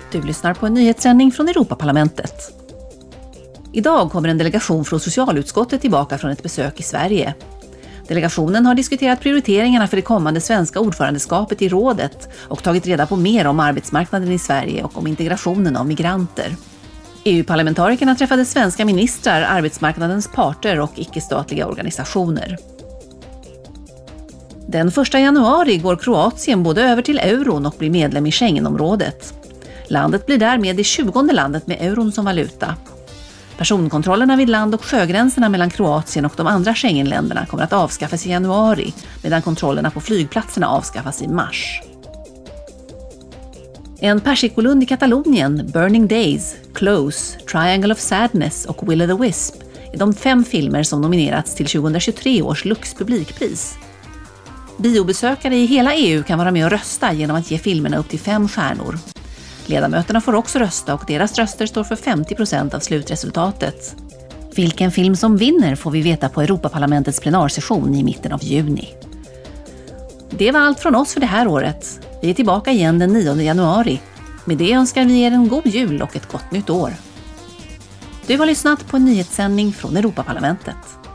Du lyssnar på en nyhetssändning från Europaparlamentet. Idag kommer en delegation från socialutskottet tillbaka från ett besök i Sverige. Delegationen har diskuterat prioriteringarna för det kommande svenska ordförandeskapet i rådet och tagit reda på mer om arbetsmarknaden i Sverige och om integrationen av migranter. EU-parlamentarikerna träffade svenska ministrar, arbetsmarknadens parter och icke-statliga organisationer. Den 1 januari går Kroatien både över till euron och blir medlem i Schengenområdet. Landet blir därmed det 20:e landet med euron som valuta. Personkontrollerna vid land- och sjögränserna mellan Kroatien och de andra Schengenländerna kommer att avskaffas i januari, medan kontrollerna på flygplatserna avskaffas i mars. En persikolund i Katalonien, Burning Days, Close, Triangle of Sadness och Will o' the Wisp är de 5 filmer som nominerats till 2023 års Lux publikpris. Biobesökare i hela EU kan vara med och rösta genom att ge filmerna upp till 5 stjärnor. Ledamöterna får också rösta och deras röster står för 50% av slutresultatet. Vilken film som vinner får vi veta på Europaparlamentets plenarsession i mitten av juni. Det var allt från oss för det här året. Vi är tillbaka igen den 9 januari. Med det önskar vi er en god jul och ett gott nytt år. Du har lyssnat på en nyhetssändning från Europaparlamentet.